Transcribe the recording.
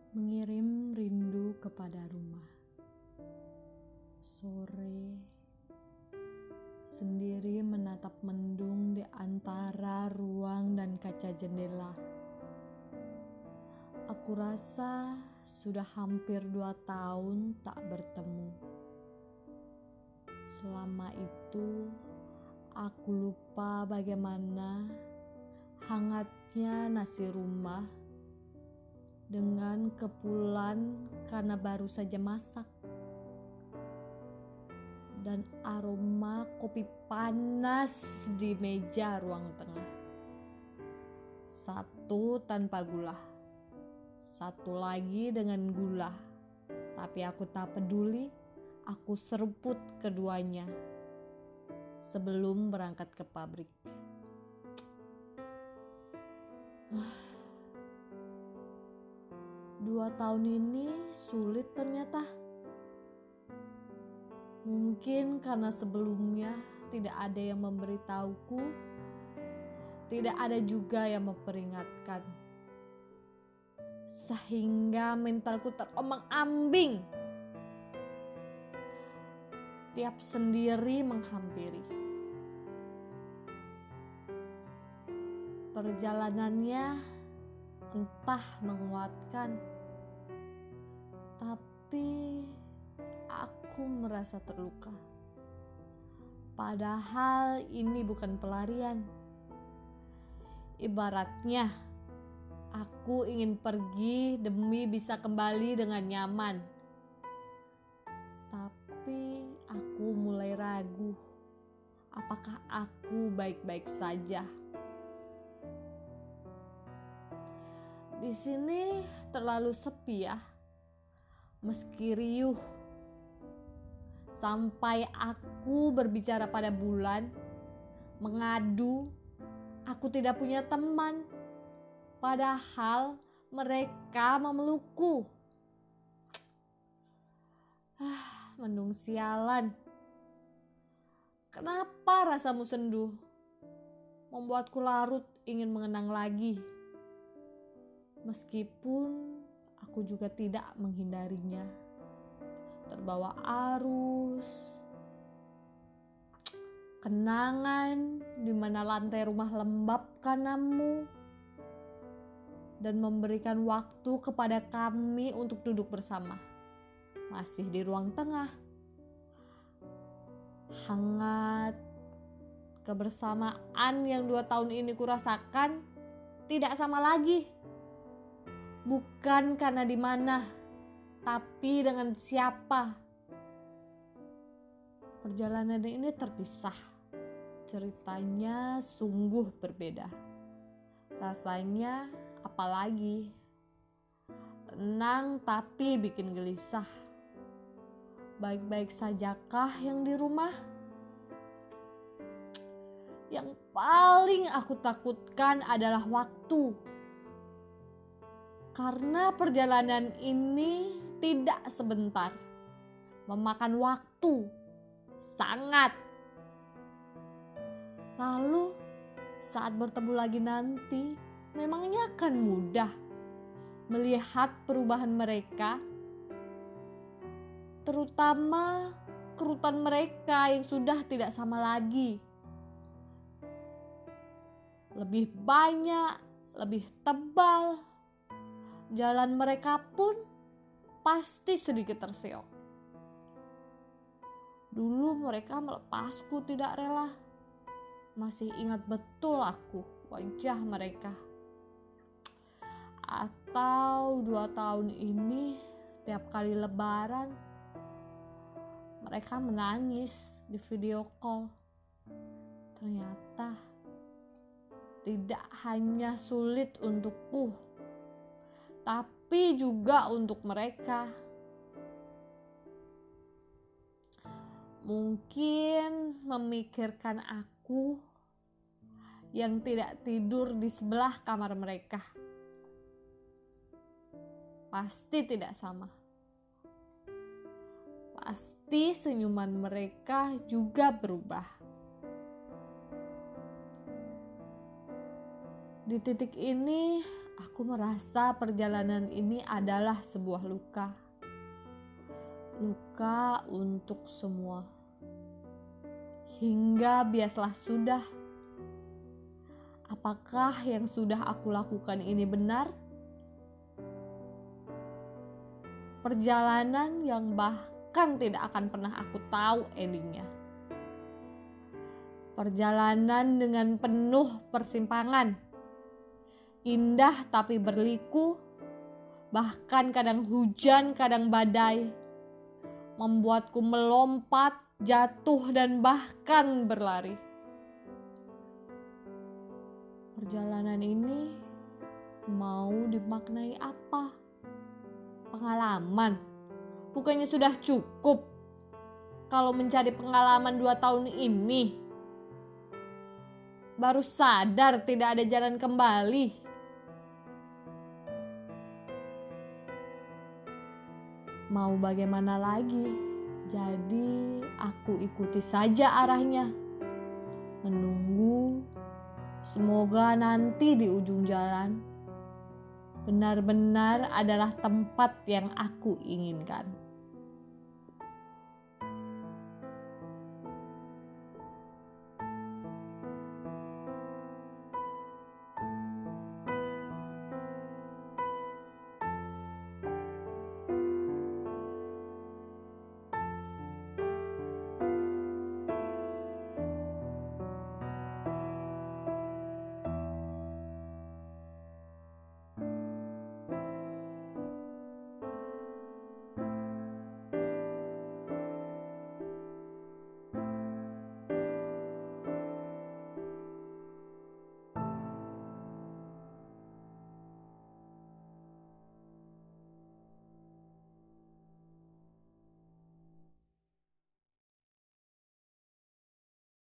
Mengirim rindu kepada rumah. Sore, sendiri menatap mendung di antara ruang dan kaca jendela. Aku rasa sudah hampir 2 tahun tak bertemu. Selama itu, aku lupa bagaimana hangatnya nasi rumah dengan kepulan karena baru saja masak, dan aroma kopi panas di meja ruang tengah. Satu tanpa gula, satu lagi dengan gula, tapi aku tak peduli. Aku seruput keduanya sebelum berangkat ke pabrik. 2 tahun ini sulit ternyata. Mungkin karena sebelumnya tidak ada yang memberitahuku, tidak ada juga yang memperingatkan, sehingga mentalku terombang-ambing. Tiap sendiri menghampiri. Perjalanannya entah menguatkan, tapi aku merasa terluka. Padahal ini bukan pelarian. Ibaratnya aku ingin pergi demi bisa kembali dengan nyaman. Tapi aku mulai ragu, apakah aku baik-baik saja. Di sini terlalu sepi ya, meski riuh. Sampai aku berbicara pada bulan, mengadu, aku tidak punya teman. Padahal mereka memelukku. Mendung sialan. Kenapa rasamu sendu? Membuatku larut ingin mengenang lagi. Meskipun aku juga tidak menghindarinya. Terbawa arus, kenangan di mana lantai rumah lembab karenamu, dan memberikan waktu kepada kami untuk duduk bersama. Masih di ruang tengah. Hangat kebersamaan yang 2 tahun ini kurasakan tidak sama lagi. Bukan karena di mana, tapi dengan siapa. Perjalanan ini terpisah. Ceritanya sungguh berbeda. Rasanya apalagi. Tenang tapi bikin gelisah. Baik-baik sajakah yang di rumah? Yang paling aku takutkan adalah waktu. Karena perjalanan ini tidak sebentar. Memakan waktu sangat. Lalu saat bertemu lagi nanti, memangnya akan mudah melihat perubahan mereka, terutama kerutan mereka yang sudah tidak sama lagi. Lebih banyak, lebih tebal. Jalan mereka pun pasti sedikit terseok. Dulu mereka melepasku tidak rela. Masih ingat betul aku wajah mereka. Atau 2 tahun ini tiap kali lebaran mereka menangis di video call. Ternyata tidak hanya sulit untukku, tapi juga untuk mereka. Mungkin memikirkan aku yang tidak tidur di sebelah kamar mereka. Pasti tidak sama. Pasti senyuman mereka juga berubah. Di titik ini Aku merasa perjalanan ini adalah sebuah luka. Luka untuk semua. Hingga biaslah sudah. Apakah yang sudah aku lakukan ini benar? Perjalanan yang bahkan tidak akan pernah aku tahu endingnya. Perjalanan dengan penuh persimpangan. Indah tapi berliku, bahkan kadang hujan, kadang badai, membuatku melompat, jatuh, dan bahkan berlari. Perjalanan ini mau dimaknai apa? Pengalaman? Bukannya sudah cukup kalau mencari pengalaman 2 tahun ini? Baru sadar tidak ada jalan kembali. Mau bagaimana lagi? Jadi aku ikuti saja arahnya. Menunggu, semoga nanti di ujung jalan benar-benar adalah tempat yang aku inginkan.